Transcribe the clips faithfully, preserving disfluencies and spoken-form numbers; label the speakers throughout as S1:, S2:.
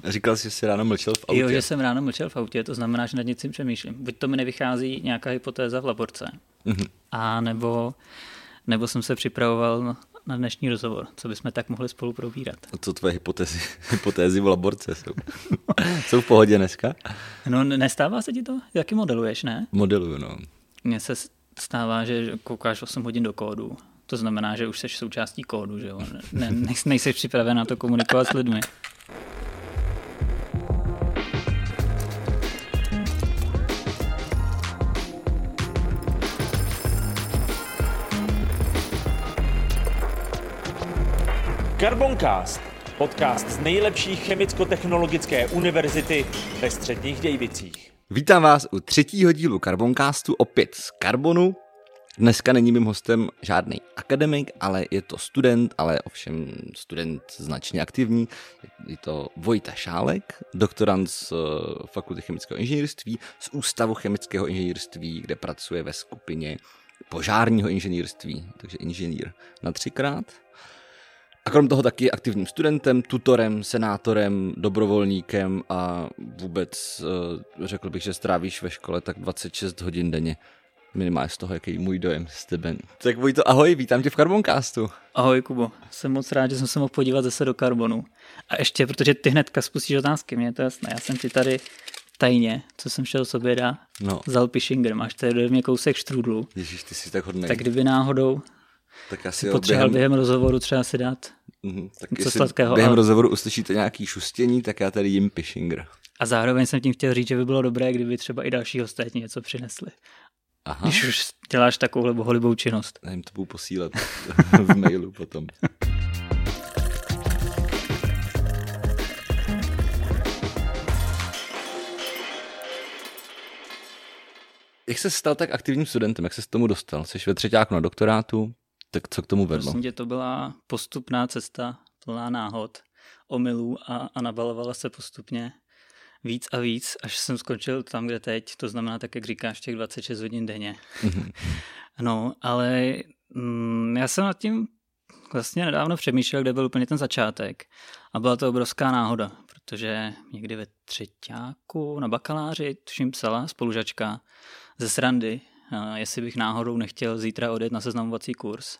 S1: Říkal jsi, že jsi ráno mlčel v autě.
S2: Jo, že jsem ráno mlčel v autě, to znamená, že nad něčím přemýšlím. Buď to mi nevychází nějaká hypotéza v laborce, mm-hmm. a nebo, nebo jsem se připravoval na dnešní rozhovor, co bychom tak mohli spolu probírat.
S1: A co tvoje hypotézy, hypotézy v laborce jsou? Jsou v pohodě dneska?
S2: No nestává se ti to? Jaký modeluješ, ne?
S1: Modeluju, no.
S2: Mně se stává, že koukáš osm hodin do kódu. To znamená, že už jsi součástí kódu, že jo? Ne, ne, nejsi připraven na to komunikovat s lidmi.
S3: Carboncast, podcast z nejlepší chemicko-technologické univerzity ve Středních Dějvicích.
S1: Vítám vás u třetího dílu Carboncastu, opět z Carbonu. Dneska není mým hostem žádný akademik, ale je to student, ale ovšem student značně aktivní. Je to Vojta Šálek, doktorand z Fakulty chemického inženýrství, z Ústavu chemického inženýrství, kde pracuje ve skupině požárního inženýrství, takže inženýr na třikrát. A krom toho taky je aktivním studentem, tutorem, senátorem, dobrovolníkem a vůbec řekl bych, že strávíš ve škole tak dvacet šest hodin denně. Minimálně z toho, jaký je můj dojem z tebe. Tak Vojto, ahoj, vítám tě v Carboncastu.
S2: Ahoj Kubo, jsem moc rád, že jsem se mohl podívat zase do Carbonu. A ještě, protože ty hnedka spustíš otázky, mě je to jasné, já jsem ti tady tajně, co jsem šel sobě dá,
S1: no.
S2: Vzal Pischinger, máš tady do mě kousek štrůdlu.
S1: Ježíš, ty jsi tak hodnej.
S2: Tak kdyby náhodou
S1: tak asi
S2: potřeboval během... během rozhovoru třeba si dát
S1: mm, tak
S2: něco sladkého.
S1: Během
S2: ale...
S1: rozhovoru uslyšíte nějaký šustění, tak já tady jim Pischinger.
S2: A zároveň jsem tím chtěl říct, že by bylo dobré, kdyby třeba i další hosté něco přinesli.
S1: Aha.
S2: Když už děláš takovouhle bohulibou činnost.
S1: Já jim to budu posílat v mailu potom. Jak jsi stal tak aktivním studentem? Jak jsi k tomu dostal? Jsi ve třeťáku na doktorátu, tak co k tomu vedlo?
S2: Prosím tě, to byla postupná cesta, plná náhod, omylů a, a nabalovala se postupně víc a víc, až jsem skončil tam, kde teď, to znamená tak, jak říkáš, těch dvacet šest hodin denně. No, ale mm, já jsem nad tím vlastně nedávno přemýšlel, kde byl úplně ten začátek. A byla to obrovská náhoda, protože někdy ve třeťáku na bakaláři, tuším psala spolužačka ze srandy, jestli bych náhodou nechtěl zítra odjet na seznamovací kurz.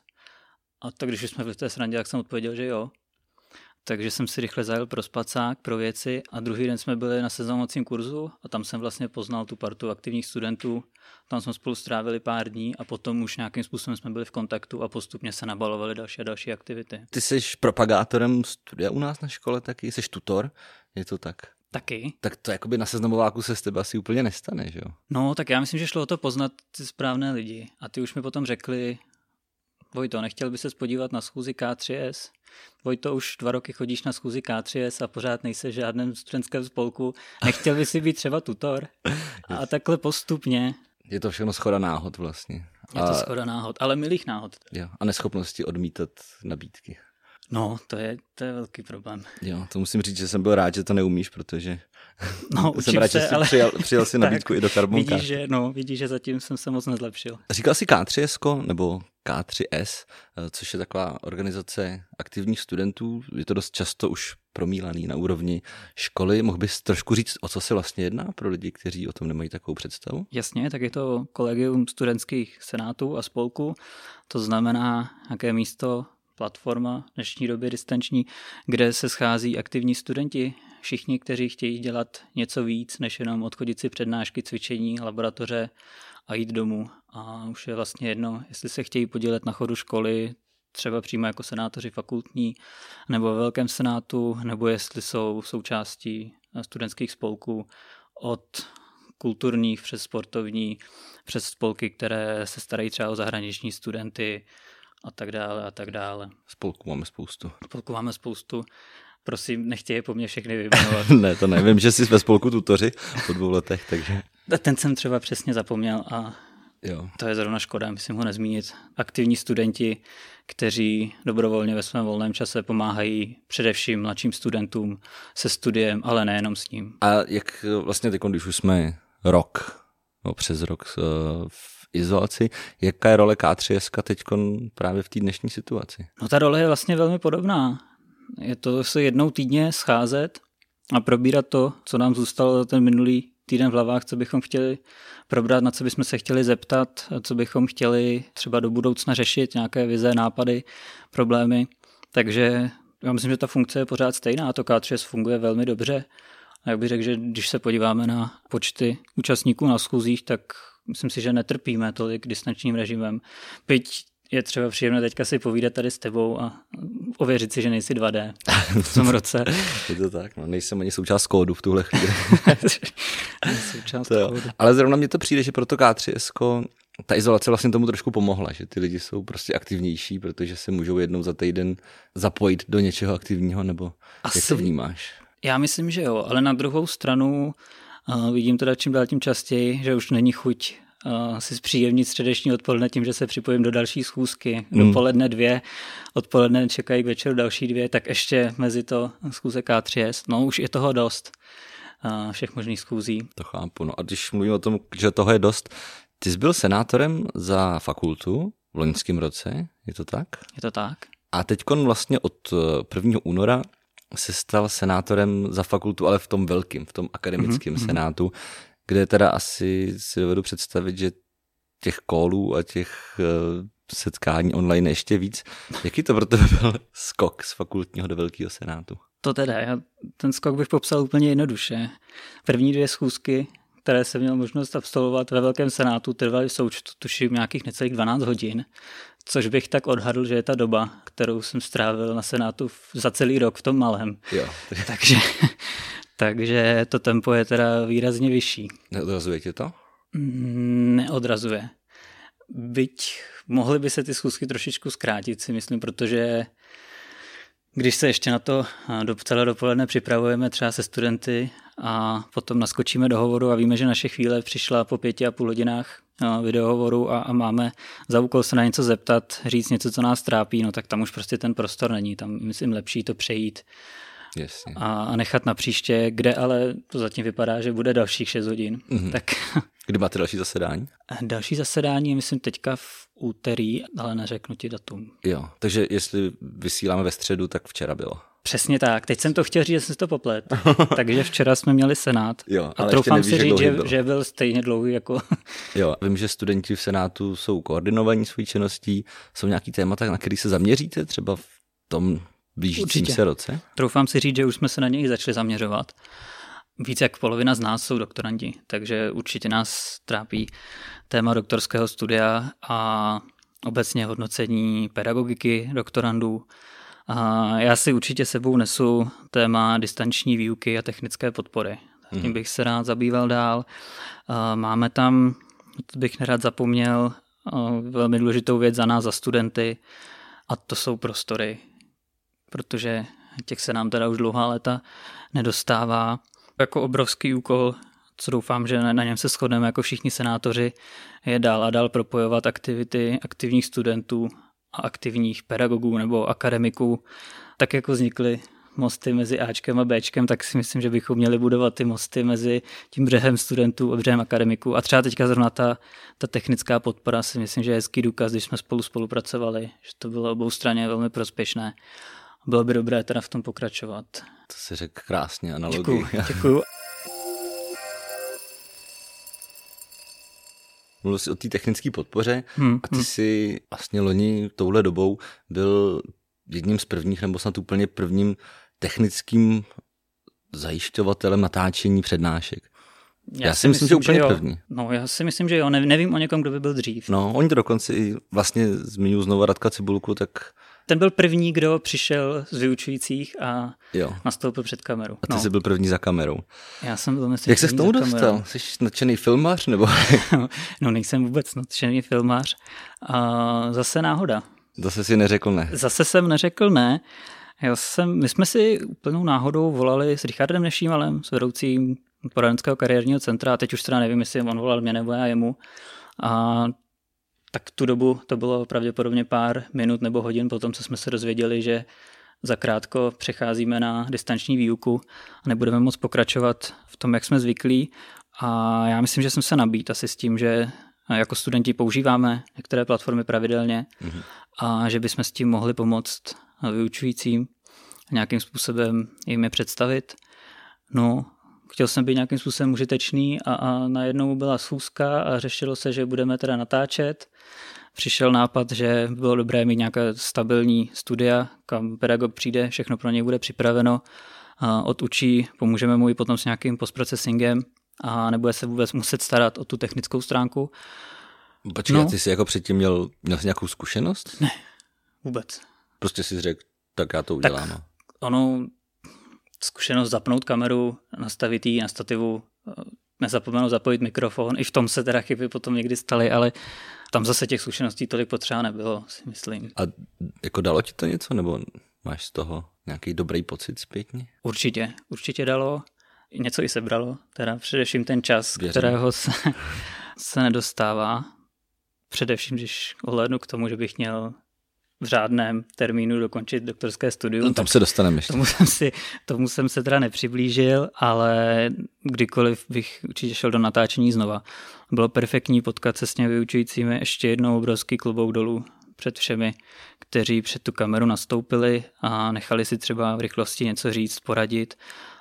S2: A tak když už jsme v té srandě, tak jsem odpověděl, že jo. Takže jsem si rychle zajel pro spacák, pro věci a druhý den jsme byli na seznamovacím kurzu a tam jsem vlastně poznal tu partu aktivních studentů. Tam jsme spolu strávili pár dní a potom už nějakým způsobem jsme byli v kontaktu a postupně se nabalovaly další a další aktivity.
S1: Ty jsi propagátorem studia u nás na škole taky, jsi tutor, je to tak?
S2: Taky.
S1: Tak to jakoby na seznamováku se s tebe asi úplně nestane, že jo?
S2: No, tak já myslím, že šlo o to poznat ty správné lidi a ty už mi potom řekli: Vojto, nechtěl by ses podívat na schůzi K tři S? Vojto, už dva roky chodíš na schůzi K tři S a pořád nejsi v žádném studentském spolku. Nechtěl by si být třeba tutor? A takhle postupně.
S1: Je to všechno shoda náhod vlastně.
S2: Je to shoda náhod, ale milých náhod.
S1: Jo, a neschopnosti odmítat nabídky.
S2: No, to je, to je velký problém.
S1: Jo, to musím říct, že jsem byl rád, že to neumíš, protože
S2: no,
S1: jsem rád, že jsi ale... přijal, přijal si nabídku i do Carboncastu.
S2: Vidíš, že, no, vidíš, že zatím jsem se moc nezlepšil.
S1: Říkal jsi K tři S nebo K tři S, což je taková organizace aktivních studentů. Je to dost často už promílaný na úrovni školy. Mohl bys trošku říct, o co se vlastně jedná pro lidi, kteří o tom nemají takovou představu?
S2: Jasně, tak je to kolegium studentských senátů a spolků. To znamená, jaké místo, platforma v dnešní době distanční, kde se schází aktivní studenti, všichni, kteří chtějí dělat něco víc, než jenom odchodit si přednášky, cvičení, laboratoře a jít domů. A už je vlastně jedno, jestli se chtějí podílet na chodu školy, třeba přímo jako senátoři fakultní, nebo ve velkém senátu, nebo jestli jsou součástí studentských spolků od kulturních přes sportovní, přes spolky, které se starají třeba o zahraniční studenty, a tak dále a tak dále.
S1: Spolků máme spoustu.
S2: Spolků máme spoustu. Prosím, nechtěj po mně všechny vyjmenovat.
S1: Ne, to ne. Vím, že jsi ve spolku tutoři po dvou letech, takže...
S2: Ten jsem třeba přesně zapomněl a jo. To je zrovna škoda, myslím ho nezmínit. Aktivní studenti, kteří dobrovolně ve svém volném čase pomáhají především mladším studentům se studiem, ale nejenom s ním.
S1: A jak vlastně teď, když už jsme rok, no přes rok v izolaci, jaká je role K tři S teď právě v té dnešní situaci?
S2: No ta role je vlastně velmi podobná. Je to se jednou týdně scházet a probírat to, co nám zůstalo za ten minulý týden v hlavách, co bychom chtěli probrat, na co bychom se chtěli zeptat, co bychom chtěli třeba do budoucna řešit, nějaké vize, nápady, problémy. Takže já myslím, že ta funkce je pořád stejná, to K tři S funguje velmi dobře. A jak bych řekl, že když se podíváme na počty účastníků na schůzích, tak myslím si, že netrpíme tolik distančním režimem. Byť je třeba příjemné teďka si povídat tady s tebou a ověřit si, že nejsi dva dé v tom roce.
S1: Je to tak, no, nejsem ani součást kódu v tuhle chvíli.
S2: součást
S1: to
S2: kódu.
S1: Ale zrovna mně to přijde, že pro to K tři S ta izolace vlastně tomu trošku pomohla, že ty lidi jsou prostě aktivnější, protože se můžou jednou za týden zapojit do něčeho aktivního, nebo Asi, jak to vnímáš?
S2: Já myslím, že jo, ale na druhou stranu uh, vidím teda čím dál tím častěji, že už není chuť uh, si zpříjemnit středeční odpoledne tím, že se připojím do další schůzky. Hmm. Dopoledne dvě, odpoledne čekají k večeru další dvě, tak ještě mezi to schůze K tři S. No už je toho dost, uh, všech možných schůzí.
S1: To chápu, no a když mluvím o tom, že toho je dost, ty jsi byl senátorem za fakultu v loňském roce, je to tak?
S2: Je to tak.
S1: A teďkon vlastně od prvního února se stal senátorem za fakultu, ale v tom velkým, v tom akademickém mm-hmm. senátu, kde teda asi si dovedu představit, že těch callů a těch uh, setkání online ještě víc. Jaký to pro tebe byl skok z fakultního do velkého senátu?
S2: To teda, já ten skok bych popsal úplně jednoduše. První dvě schůzky, které jsem měl možnost absolvovat ve velkém senátu, trvaly v součtu tuším nějakých necelých dvanáct hodin, což bych tak odhadl, že je ta doba, kterou jsem strávil na senátu za celý rok v tom malém.
S1: Jo.
S2: takže, takže to tempo je teda výrazně vyšší.
S1: Neodrazuje tě to?
S2: Neodrazuje. Byť mohly by se ty schůzky trošičku zkrátit, si myslím, protože když se ještě na to do celé dopoledne připravujeme třeba se studenty a potom naskočíme do hovoru a víme, že naše chvíle přišla po pěti a půl hodinách videohovoru a, a máme za úkol se na něco zeptat, říct něco, co nás trápí, no tak tam už prostě ten prostor není. Tam myslím lepší to přejít
S1: Jasně.
S2: A, a nechat na příště, kde ale to zatím vypadá, že bude dalších šest hodin.
S1: Mm-hmm.
S2: Tak
S1: kdy máte další zasedání?
S2: Další zasedání je myslím teďka v úterý, ale neřeknu ti datum.
S1: Jo, takže jestli vysíláme ve středu, tak včera bylo.
S2: Přesně tak. Teď jsem to chtěl říct, že jsem si to poplet. Takže včera jsme měli senát.
S1: Jo,
S2: a troufám si říct, že, že byl stejně dlouhý jako...
S1: Jo, vím, že studenti v senátu jsou koordinovaní svojí činností. Jsou nějaký témata, na který se zaměříte třeba v tom blížícím se roce?
S2: Troufám si říct, že už jsme se na něj začali zaměřovat. Víc jak polovina z nás jsou doktorandi, takže určitě nás trápí téma doktorského studia a obecně hodnocení pedagogiky doktorandů. A já si určitě sebou nesu téma distanční výuky a technické podpory. Tím hmm. bych se rád zabýval dál. Máme tam, to bych nerad zapomněl, velmi důležitou věc za nás, za studenty, a to jsou prostory, protože těch se nám teda už dlouhá léta nedostává. Jako obrovský úkol, co doufám, že na něm se shodneme jako všichni senátoři, je dál a dál propojovat aktivity aktivních studentů a aktivních pedagogů nebo akademiků. Tak jako vznikly mosty mezi Ačkem a Bčkem, tak si myslím, že bychom měli budovat ty mosty mezi tím břehem studentů a břehem akademiků. A třeba teďka zrovna ta, ta technická podpora si myslím, že je hezký důkaz, když jsme spolu spolupracovali, že to bylo oboustranně velmi prospěšné. Bylo by dobré teda v tom pokračovat.
S1: To si řekl krásně, analogii.
S2: Děkuju, děkuju.
S1: Mluvil jsi o té technické podpoře
S2: hmm,
S1: a ty
S2: hmm.
S1: jsi vlastně loni touhle dobou byl jedním z prvních, nebo snad úplně prvním technickým zajišťovatelem natáčení přednášek. Já, já si myslím, myslím, že úplně
S2: že
S1: první.
S2: No, já si myslím, že jo. Ne, nevím o někom, kdo by byl dřív.
S1: No, oni to dokonce i vlastně zmiňuji znovu Radka Cibulku, tak...
S2: Ten byl první, kdo přišel z vyučujících a jo. nastoupil před kameru.
S1: A ty
S2: no.
S1: jsi byl první za kamerou.
S2: Já jsem byl myslím,
S1: jak se k tomu dostal? Jsi nadšený filmař? Nebo?
S2: No, nejsem vůbec nadšený filmař. A zase náhoda.
S1: Zase si neřekl ne.
S2: Zase jsem neřekl ne. Já jsem, my jsme si úplnou náhodou volali s Richardem Nešímalem, s vedoucím poradenského kariérního centra, a teď už teda nevím, jestli on volal mě nebo já jemu. A tak tu dobu to bylo pravděpodobně pár minut nebo hodin potom, co jsme se dozvěděli, že zakrátko přecházíme na distanční výuku a nebudeme moc pokračovat v tom, jak jsme zvyklí. A já myslím, že jsem se nabít asi s tím, že jako studenti používáme některé platformy pravidelně mm-hmm. a že bychom s tím mohli pomoct vyučujícím nějakým způsobem jim je představit. No, chtěl jsem být nějakým způsobem užitečný a, a najednou byla schůzka a řešilo se, že budeme teda natáčet. Přišel nápad, že bylo dobré mít nějaké stabilní studia, kam pedagog přijde, všechno pro něj bude připraveno, a odučí, pomůžeme mu i potom s nějakým postprocesingem a nebude se vůbec muset starat o tu technickou stránku.
S1: Počkej, no. Ty jsi jako předtím měl, měl jsi nějakou zkušenost?
S2: Ne, vůbec.
S1: Prostě jsi řekl, tak já to udělám.
S2: Tak ono, zkušenost zapnout kameru, nastavit ji na stativu, nezapomenout zapojit mikrofon, i v tom se teda chyby potom někdy staly, ale tam zase těch zkušeností tolik potřeba nebylo, si myslím.
S1: A jako dalo ti to něco, nebo máš z toho nějaký dobrý pocit zpětně?
S2: Určitě, určitě dalo. Něco i sebralo, teda především ten čas,
S1: Věřím.
S2: kterého se, se nedostává. Především, když ohlédnu k tomu, že bych měl v řádném termínu dokončit doktorské studium.
S1: No, tam se dostaneme ještě.
S2: Tomu jsem, si, tomu jsem se teda nepřiblížil, ale kdykoliv bych určitě šel do natáčení znova. Bylo perfektní potkat se s těmi vyučujícími, ještě jednou obrovský klobouk dolů před všemi, kteří před tu kameru nastoupili a nechali si třeba v rychlosti něco říct, poradit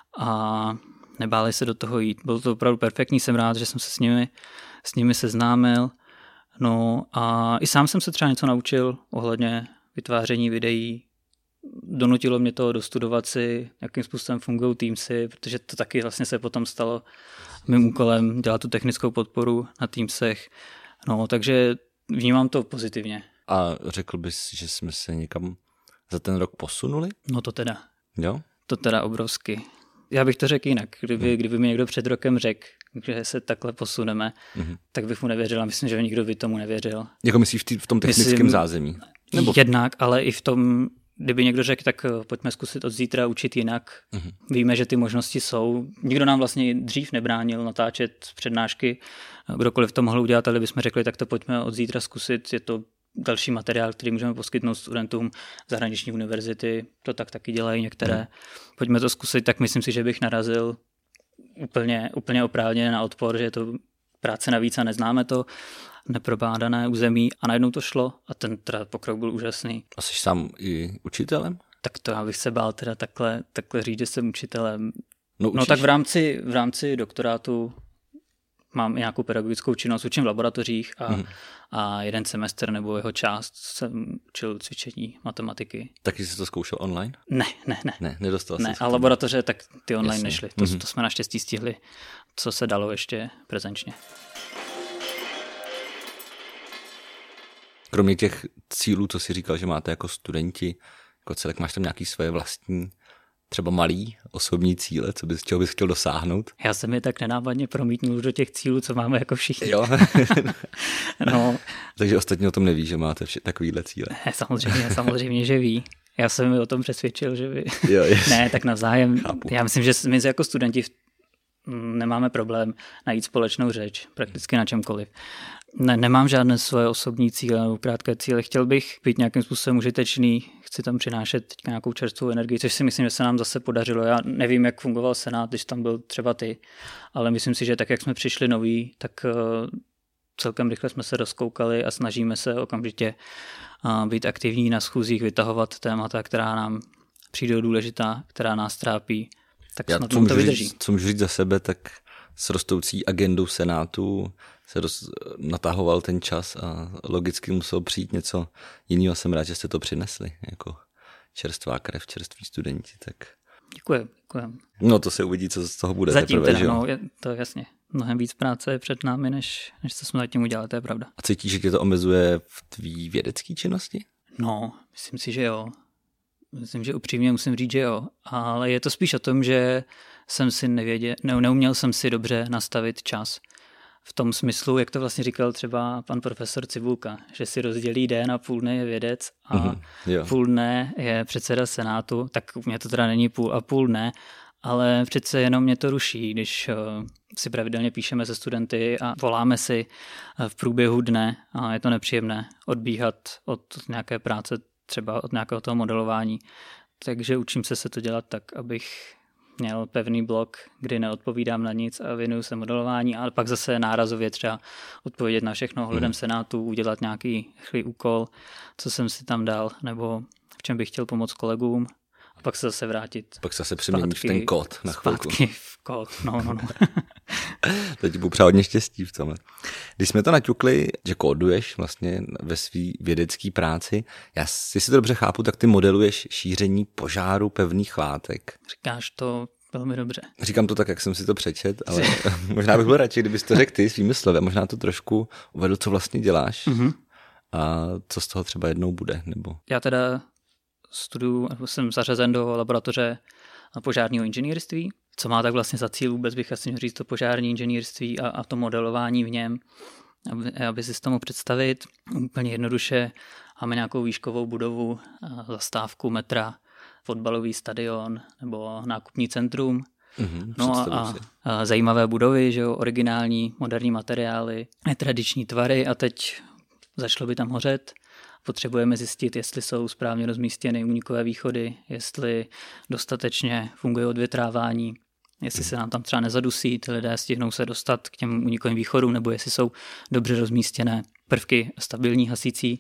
S2: a nebáli se do toho jít. Bylo to opravdu perfektní, jsem rád, že jsem se s nimi, s nimi seznámil. No a i sám jsem se třeba něco naučil ohledně vytváření videí. Donutilo mě to dostudovat si, jakým způsobem fungují Teamsy, protože to taky vlastně se potom stalo mým úkolem dělat tu technickou podporu na Teamsech. No, takže vnímám to pozitivně.
S1: A řekl bys, že jsme se někam za ten rok posunuli?
S2: No to teda.
S1: Jo?
S2: To teda obrovsky. Já bych to řekl jinak. Kdyby, kdyby mi někdo před rokem řekl, že se takhle posuneme, mm-hmm. tak bych mu nevěřil a myslím, že nikdo by tomu nevěřil.
S1: Jako myslíš v, tý, v tom technickém myslím, zázemí?
S2: Nebo... Jednak, ale i v tom, kdyby někdo řekl, tak pojďme zkusit od zítra učit jinak. Mm-hmm. Víme, že ty možnosti jsou. Nikdo nám vlastně dřív nebránil natáčet přednášky. Kdokoliv to mohl udělat, ale bychom řekli, tak to pojďme od zítra zkusit. Je to další materiál, který můžeme poskytnout studentům zahraniční univerzity. To tak taky dělají některé. Mm. Pojďme to zkusit, tak myslím si, že bych narazil úplně, úplně oprávněně na odpor, že je to práce navíc a neznáme to, neprobádané území a najednou to šlo a ten teda pokrok byl úžasný.
S1: A jsi sám i učitelem?
S2: Tak to já bych se bál teda takhle, takhle říct, že jsem učitelem.
S1: No,
S2: no tak v rámci, v rámci doktorátu mám i nějakou pedagogickou činnost, učím v laboratořích a, mm. a jeden semestr nebo jeho část jsem učil cvičení matematiky.
S1: Taky jsi to zkoušel online?
S2: Ne, ne, ne.
S1: Ne, nedostal
S2: ne,
S1: jsi.
S2: A laboratoře, tak ty online
S1: Jasně.
S2: nešly. To,
S1: mm-hmm.
S2: to jsme naštěstí stihli, co se dalo ještě prezenčně.
S1: Kromě těch cílů, co jsi říkal, že máte jako studenti, jako celek, máš tam nějaký své vlastní, třeba malý osobní cíle, co bys, čeho bys chtěl dosáhnout?
S2: Já jsem je tak nenápadně promítnul do těch cílů, co máme jako všichni.
S1: Jo.
S2: No.
S1: Takže ostatní o tom neví, že máte vše, takovýhle cíle.
S2: Ne, samozřejmě, samozřejmě, že ví. Já jsem mi o tom přesvědčil, že ví.
S1: Jo, yes.
S2: Ne, tak navzájem.
S1: Chápu.
S2: Já myslím, že my jako studenti nemáme problém najít společnou řeč, prakticky na čemkoliv. Ne, nemám žádné svoje osobní cíle nebo krátké cíle. Chtěl bych být nějakým způsobem užitečný, chci tam přinášet nějakou čerstvou energii, což si myslím, že se nám zase podařilo. Já nevím, jak fungoval Senát, když tam byl třeba ty, ale myslím si, že tak, jak jsme přišli noví, tak uh, celkem rychle jsme se rozkoukali a snažíme se okamžitě uh, být aktivní na schůzích, vytahovat témata, která nám přijde důležitá, která nás trápí. Tak
S1: Já,
S2: snad
S1: co, můžu
S2: to vydrží.
S1: Říct, co můžu říct za sebe, tak s rostoucí agendou Senátu se roz, natahoval ten čas a logicky muselo přijít něco jiného. Jsem rád, že jste to přinesli, jako čerstvá krev, čerství studenti. Tak...
S2: Děkuji, děkuji.
S1: No to se uvidí, co z toho bude.
S2: Zatím
S1: teprve,
S2: teda, no, je, to je jasně. Mnohem víc práce je před námi, než, než co jsme zatím udělali, to je pravda.
S1: A cítíš, že tě to omezuje v tvý vědecké činnosti?
S2: No, myslím si, že jo. Myslím, že upřímně musím říct, že jo. Ale je to spíš o tom, že jsem si nevěděl, ne, neuměl jsem si dobře nastavit čas. V tom smyslu, jak to vlastně říkal třeba pan profesor Cibulka, že si rozdělí den a půl dne je vědec a mm-hmm, půl dne je předseda Senátu, tak u mě to teda není půl a půl dne, ale přece jenom mě to ruší, když si pravidelně píšeme se studenty a voláme si v průběhu dne a je to nepříjemné odbíhat od nějaké práce, třeba od nějakého toho modelování. Takže učím se se to dělat tak, abych měl pevný blok, kdy neodpovídám na nic a věnuju se modelování, ale pak zase nárazově třeba odpovědět na všechno ohledem hmm. Senátu, udělat nějaký rychlý úkol, co jsem si tam dal, nebo v čem bych chtěl pomoct kolegům. A pak se zase vrátit.
S1: Pak se zase přeměníš ten kód na chvilku.
S2: Zpátky v kód, no, no, no.
S1: To ti budu přát hodně štěstí v tomhle. Když jsme to naťukli, že kóduješ vlastně ve své vědecké práci, já si to dobře chápu, tak ty modeluješ šíření požáru pevných látek.
S2: Říkáš to velmi dobře.
S1: Říkám to tak, jak jsem si to přečet, ale možná bych byl radši, kdybys to řekl ty svými slovy. Možná to trošku uvedl, co vlastně děláš mm-hmm. a co z toho třeba jednou bude. Nebo...
S2: Já teda studuju, nebo jsem zařazen do laboratoře požárního inženýrství, co má tak vlastně za cíl vůbec bych asi měl říct to požární inženýrství a, a to modelování v něm, aby, aby si tomu představit. Úplně jednoduše máme nějakou výškovou budovu, zastávku metra, fotbalový stadion nebo nákupní centrum.
S1: Mm-hmm,
S2: no a, a zajímavé budovy, že jo, originální, moderní materiály, netradiční tvary a teď začalo by tam hořet. Potřebujeme zjistit, jestli jsou správně rozmístěny únikové východy, jestli dostatečně funguje odvětrávání, jestli se nám tam třeba nezadusí, ty lidé stihnou se dostat k těm únikovým východům, nebo jestli jsou dobře rozmístěné prvky stabilní hasící.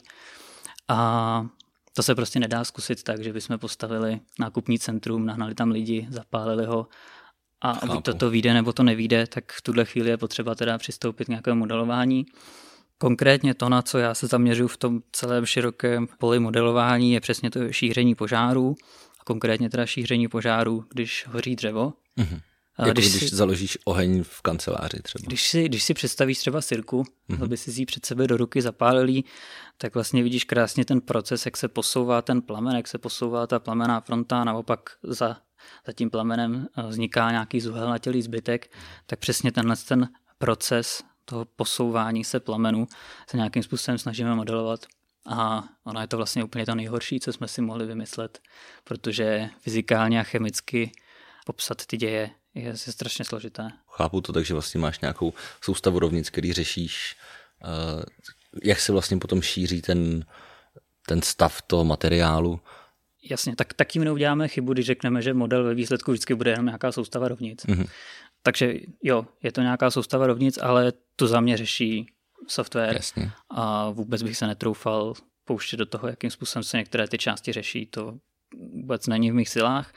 S2: A to se prostě nedá zkusit tak, že bychom postavili nákupní centrum, nahnali tam lidi, zapálili ho a buď to, to vyjde, nebo to nevyjde, tak v tuhle chvíli je potřeba teda přistoupit k nějakému modelování. Konkrétně to, na co já se zaměřuji v tom celém širokém poli modelování, je přesně to šíření požárů. A konkrétně teda šíření požárů, když hoří dřevo.
S1: Mm-hmm. Jako když, když si, založíš oheň v kanceláři třeba.
S2: Když si, když si představíš třeba sirku, mm-hmm. aby si ji před sebe do ruky zapálilý, tak vlastně vidíš krásně ten proces, jak se posouvá ten plamen, jak se posouvá ta plamenná fronta, naopak za, za tím plamenem vzniká nějaký zuhelnatělý zbytek, tak přesně tenhle ten proces toho posouvání se plamenu se nějakým způsobem snažíme modelovat. A ono je to vlastně úplně to nejhorší, co jsme si mohli vymyslet, protože fyzikálně a chemicky popsat ty děje je, je strašně složité.
S1: Chápu to, takže vlastně máš nějakou soustavu rovnic, který řešíš, uh, jak se vlastně potom šíří ten, ten stav toho materiálu.
S2: Jasně, tak, tak tím neuděláme chybu, když řekneme, že model ve výsledku vždycky bude jenom nějaká soustava rovnic. Mm-hmm. Takže jo, je to nějaká soustava rovnic, ale to za mě řeší software.
S1: Jasně.
S2: A vůbec bych se netroufal pouštět do toho, jakým způsobem se některé ty části řeší. To vůbec není v mých silách.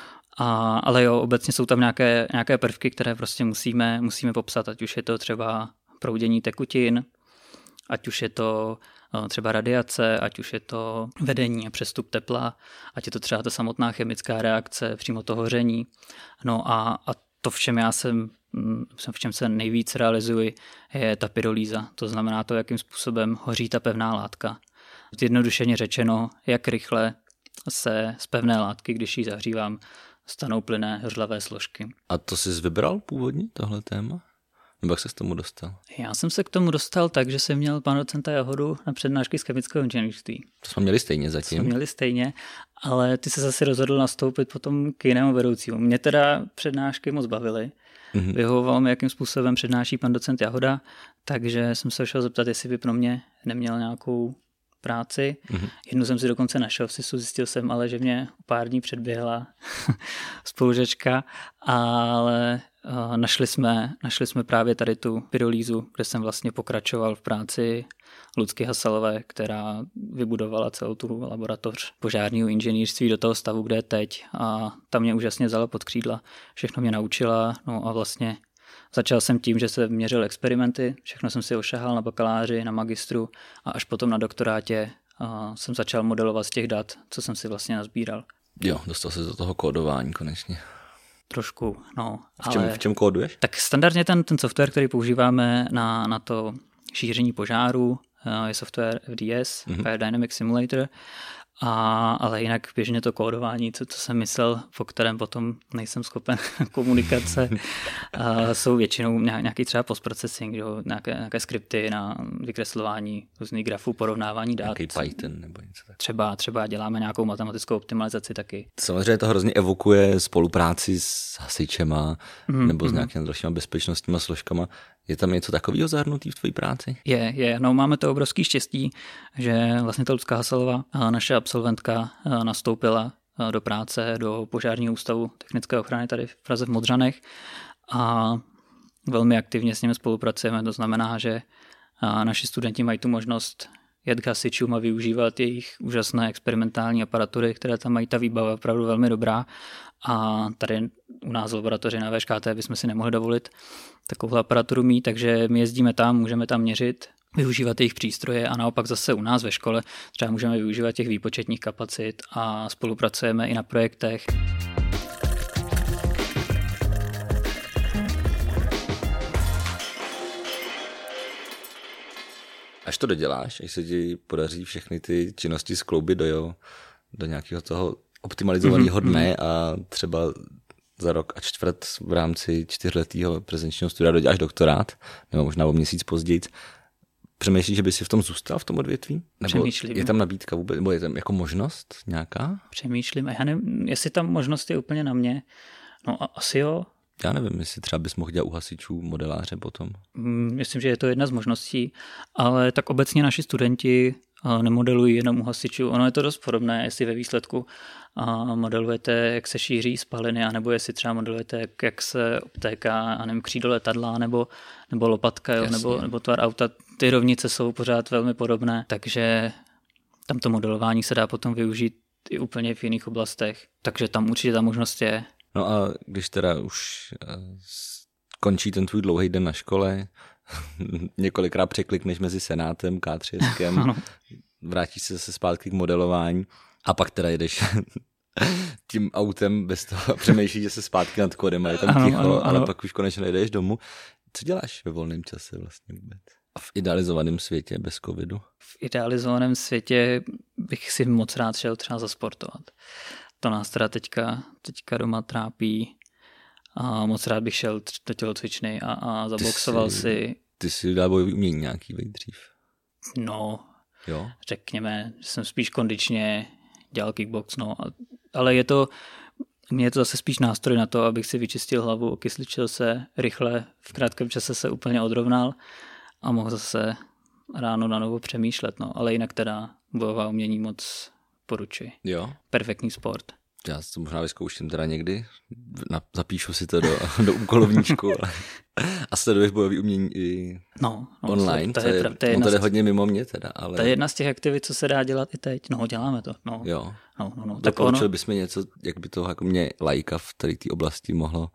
S2: A, ale jo, obecně jsou tam nějaké, nějaké prvky, které prostě musíme, musíme popsat, ať už je to třeba proudění tekutin, ať už je to třeba radiace, ať už je to vedení a přestup tepla, ať je to třeba ta samotná chemická reakce, přímo to hoření. No a, a to, v čem já jsem, v čem se nejvíc realizuji, je ta pyrolýza. To znamená to, jakým způsobem hoří ta pevná látka. Zjednodušeně řečeno, jak rychle se z pevné látky, když ji zahřívám, stanou plynné hořlavé složky.
S1: A to jsi vybral původně, tohle téma? Nebo jak se k tomu dostal?
S2: Já jsem se k tomu dostal tak, že jsem měl pana docenta Jahodu na přednášky z chemického inženýrství.
S1: To jsme měli stejně zatím.
S2: To jsme měli stejně, ale ty se zase rozhodl nastoupit potom k jinému vedoucímu. Mě teda přednášky moc bavily. Mm-hmm. Vyhovoval mi, jakým způsobem přednáší pan docent Jahoda, takže jsem se šel zeptat, jestli by pro mě neměl nějakou práci. Mm-hmm. Jednu jsem si dokonce našel v SISu, zjistil jsem ale, že mě pár dní předběhla spolužačka, ale uh, našli, jsme, našli jsme právě tady tu pyrolýzu, kde jsem vlastně pokračoval v práci Lucky Hasalové, která vybudovala celou tu laboratoř požárního inženýrství do toho stavu, kde je teď, a tam mě úžasně vzala pod křídla, všechno mě naučila, no a vlastně začal jsem tím, že jsem měřil experimenty, všechno jsem si ošahal na bakaláři, na magistru a až potom na doktorátě a jsem začal modelovat z těch dat, co jsem si vlastně nazbíral.
S1: Jo, dostal se do toho kódování konečně.
S2: Trošku, no.
S1: V čem,
S2: ale,
S1: v čem kóduješ?
S2: Tak standardně ten, ten software, který používáme na, na to šíření požáru, je software F D S, mm-hmm. Fire Dynamic Simulator, a, ale jinak běžně to kódování, co, co jsem myslel, po kterém potom nejsem schopen komunikace, a jsou většinou nějaký třeba postprocessing, jo, nějaké, nějaké skripty na vykreslování různých grafů, porovnávání dat.
S1: Nějaký Python nebo něco tak.
S2: Třeba, třeba děláme nějakou matematickou optimalizaci taky.
S1: Samozřejmě to hrozně evokuje spolupráci s hasičema mm-hmm. nebo s nějakými dalšíma bezpečnostníma složkama. Je tam něco takového zahrnutý v tvojí práci?
S2: Je, je. No, máme to obrovský štěstí, že vlastně ta Lucka Hasalová, naše absolventka, nastoupila do práce do Požárního ústavu technické ochrany tady v Praze v Modřanech a velmi aktivně s nimi spolupracujeme. To znamená, že naši studenti mají tu možnost jet k hasičům a využívat jejich úžasné experimentální aparatury, které tam mají. Ta výbava opravdu velmi dobrá. A tady u nás v laboratoři na V Š K T bychom si nemohli dovolit takovou aparaturu mít, takže my jezdíme tam, můžeme tam měřit, využívat jejich přístroje a naopak zase u nás ve škole třeba můžeme využívat těch výpočetních kapacit a spolupracujeme i na projektech.
S1: Až to doděláš, až se ti podaří všechny ty činnosti skloubit do, jo, do nějakého toho optimalizovaného dne a třeba za rok a čtvrt v rámci čtyřletého prezenčního studia doděláš doktorát, nebo možná o měsíc později. Přemýšlíš, že by si v tom zůstal, v tom odvětví? Nebo
S2: Přemýšlím.
S1: Je tam nabídka vůbec, nebo je tam jako možnost nějaká?
S2: Přemýšlím, a já nevím, jestli tam možnost je úplně na mě. No a asi jo.
S1: Já nevím, jestli třeba bys mohl dělat u hasičů modeláře potom.
S2: Myslím, že je to jedna z možností, ale tak obecně naši studenti nemodelují jenom u hasičů. Ono je to dost podobné, jestli ve výsledku modelujete, jak se šíří spaliny, anebo jestli třeba modelujete, jak se obtéká, a nevím, křídlo letadla, nebo, nebo lopatka, jo, nebo, nebo tvar auta. Ty rovnice jsou pořád velmi podobné, takže tam to modelování se dá potom využít i úplně v jiných oblastech. Takže tam určitě ta možnost je.
S1: No a když teda už končí ten tvůj dlouhý den na škole, několikrát překlikneš mezi Senátem, K tři S kem, vrátíš se zase zpátky k modelování a pak teda jedeš tím autem bez toho a přemýšlíš, že se zpátky nad kodem a je tam ticho, ano, ano. Ale pak už konečně nejdeš domů. Co děláš ve volném čase vlastně vůbec? A v idealizovaném světě bez covidu?
S2: V idealizovaném světě bych si moc rád šel třeba zasportovat. To nás teda teďka, teďka doma trápí a moc rád bych šel do tělocvičny a, a zaboxoval
S1: ty si,
S2: si.
S1: Ty si dá bojový umění nějaký dřív?
S2: No,
S1: jo?
S2: Řekněme, jsem spíš kondičně dělal kickbox, no, ale je to, mě je to zase spíš nástroj na to, abych si vyčistil hlavu, okysličil se rychle, v krátkém čase se úplně odrovnal a mohl zase ráno na novo přemýšlet, no, ale jinak teda bojová umění moc poručuji.
S1: Jo?
S2: Perfektní sport.
S1: Já to možná vyzkouším teda někdy, zapíšu si to do, do úkolovníčku a sleduješ bojový umění i
S2: no, no,
S1: online,
S2: to,
S1: to
S2: je,
S1: je,
S2: to je,
S1: on to je
S2: z...
S1: hodně mimo mě teda. Ale...
S2: To je jedna z těch aktivit, co se dá dělat i teď. No, děláme to. No.
S1: Jo.
S2: No, no, no.
S1: Tak ono... bys mi něco, jak by to jako mě lajka v tady té oblasti mohlo,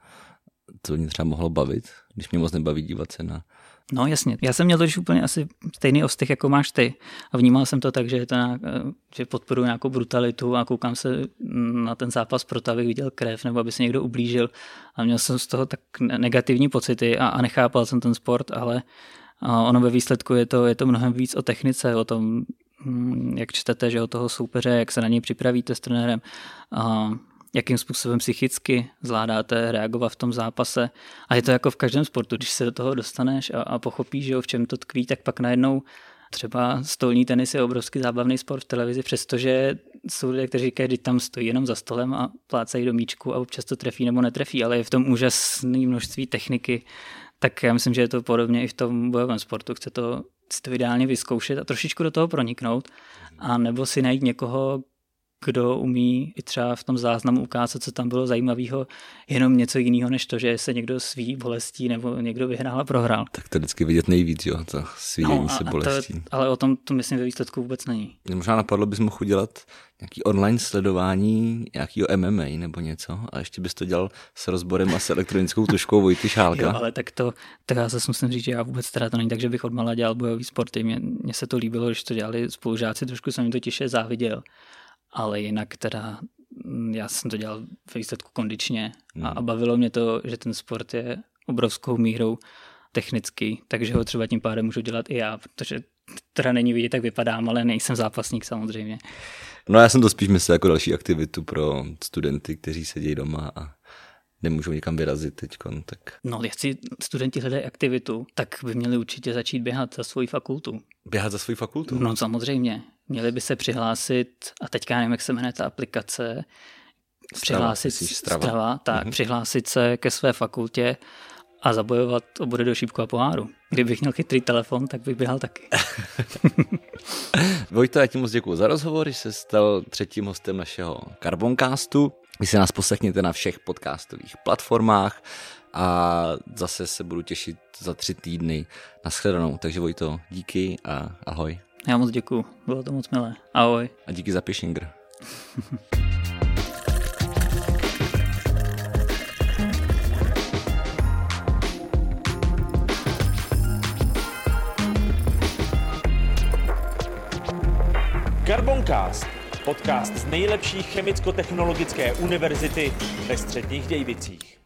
S1: co mě třeba mohlo bavit, když mě moc nebaví dívat se na...
S2: No jasně, já jsem měl totiž úplně asi stejný ostych, jako máš ty a vnímal jsem to tak, že, je to nějak, že podporuji nějakou brutalitu a koukám se na ten zápas proto, abych viděl krev nebo aby se někdo ublížil a měl jsem z toho tak negativní pocity a, a nechápal jsem ten sport, ale ono ve výsledku je to, je to mnohem víc o technice, o tom, jak čtete, že o toho soupeře, jak se na něj připravíte s trenérem, a jakým způsobem psychicky zvládáte reagovat v tom zápase. A je to jako v každém sportu, když se do toho dostaneš a, a pochopíš, že v čem to tkví, tak pak najednou třeba stolní tenis je obrovský zábavný sport v televizi, přestože jsou lidé, kteří říkají, že tam stojí jenom za stolem a plácají do míčku a občas to trefí nebo netrefí, ale je v tom úžasné množství techniky. Tak já myslím, že je to podobně i v tom bojovém sportu. Chce to, chce to ideálně vyzkoušet a trošičku do toho proniknout a nebo si najít někoho, kdo umí i třeba v tom záznamu ukázat, co tam bylo zajímavého, jenom něco jiného, než to, že se někdo sví bolestí nebo někdo vyhrál a prohrál.
S1: Tak to vždycky vidět nejvíc, jo, to svíjení no, se bolestí.
S2: To, ale o tom to myslím ve výsledku vůbec není.
S1: Mě možná napadlo, bys mohl udělat nějaký online sledování nějakého M M A nebo něco a ještě bys to dělal s rozborem a s elektronickou tuškou Vojty Šálka.
S2: Jo, ale tak to, tak já se musím říct, že já vůbec teda to není tak, že bych odmala dělal bojový sporty. Mně, mně se to líbilo, když to dělali spolužáci, trošku jsem jim to těžce záviděl. Ale jinak teda já jsem to dělal ve výsledku kondičně a, a bavilo mě to, že ten sport je obrovskou mírou technický, takže ho třeba tím pádem můžu dělat i já, protože teda není vidět, jak vypadám, ale nejsem zápasník samozřejmě.
S1: No já jsem to spíš myslel jako další aktivitu pro studenty, kteří sedí doma a nemůžou nikam vyrazit teďkon, tak...
S2: No, jestli studenti hledají aktivitu, tak by měli určitě začít běhat za svoji fakultu.
S1: Běhat za svoji fakultu?
S2: No samozřejmě. Měli by se přihlásit, a teďka nevím, jak se jmenuje ta aplikace,
S1: Strava,
S2: přihlásit,
S1: Strava.
S2: Strava, tak, mm-hmm. přihlásit se ke své fakultě a zabojovat o body do šípku a poháru. Kdybych měl chytrý telefon, tak bych běhal taky.
S1: Vojto, já ti moc děkuju za rozhovor, že jsi stal třetím hostem našeho Carboncastu. Vy se nás poslechněte na všech podcastových platformách a zase se budu těšit za tři týdny. Nashledanou. Takže Vojto, díky a ahoj.
S2: Já moc děkuju, bylo to moc milé. Ahoj.
S1: A díky za Pishinger.
S3: Carboncast, podcast z nejlepší chemicko-technologické univerzity ve Středních Dějvicích.